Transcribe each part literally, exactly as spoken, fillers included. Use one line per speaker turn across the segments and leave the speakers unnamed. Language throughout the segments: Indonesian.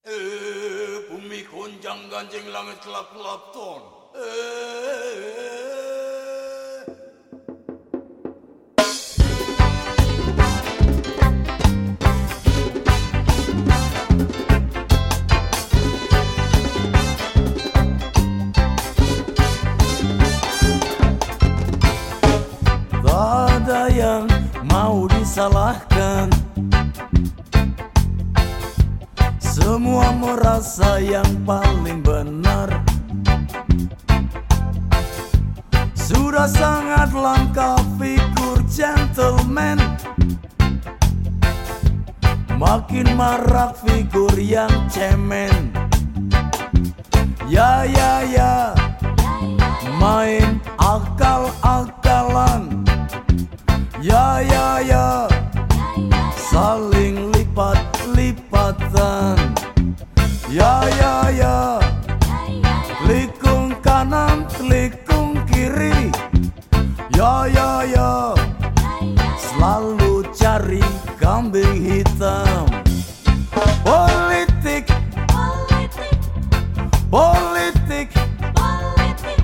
Eh, bumi gonjang ganjing langit kelap-kelap ton. Eh.
Tak ada yang mau disalahkan, semua merasa yang paling benar. Sudah sangat langka figur gentleman, makin marak figur yang cemen. Ya ya ya, main akal-akalan. Ya ya ya, saling lipat-lipatan. Ya ya ya, klikung kanan, klikung kiri. Ya ya ya, selalu cari kambing hitam. Politik, politik, politik,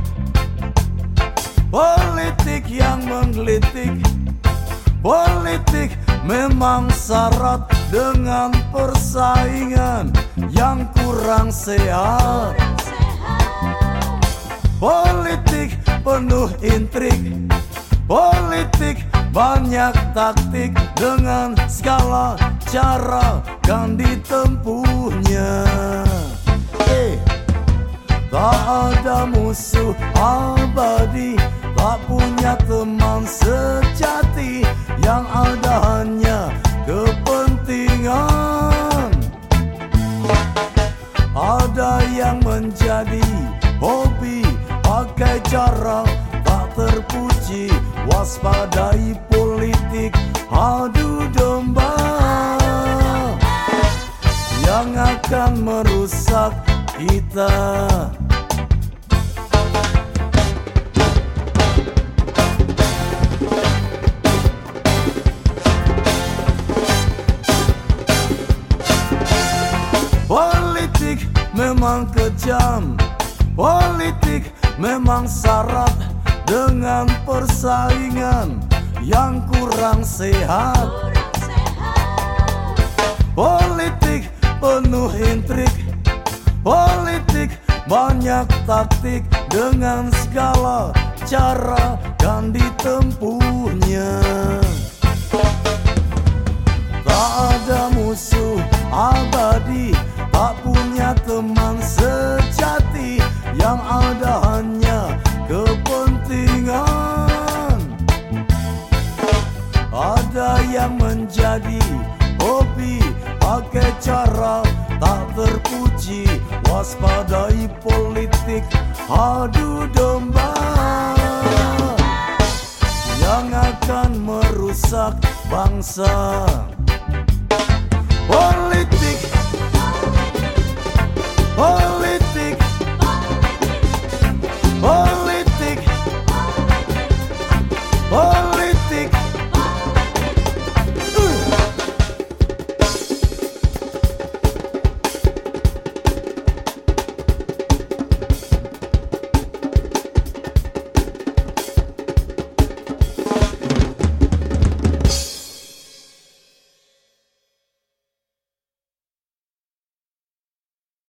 politik yang menggelitik. Politik memang syarat dengan persaingan yang kurang sehat. Politik penuh intrik, politik banyak taktik, dengan segala cara kan ditempuhnya. Eh, tak ada musuh abadi, tak punya teman sejati, yang ada hanya kepentingan. Ada yang menjadi hobi, pakai cara tak terpuji, waspadai politik adu domba yang akan merusak kita. Politik memang kejam, politik memang syarat dengan persaingan yang kurang sehat. Politik penuh intrik, politik banyak taktik, dengan segala cara kan ditempuhnya. Tak ada musuh abadi, tak punya teman sejati, yang ada hanya kepentingan. Ada yang menjadi hobi, pakai cara tak terpuji, waspadai politik adu domba yang akan merusak bangsa.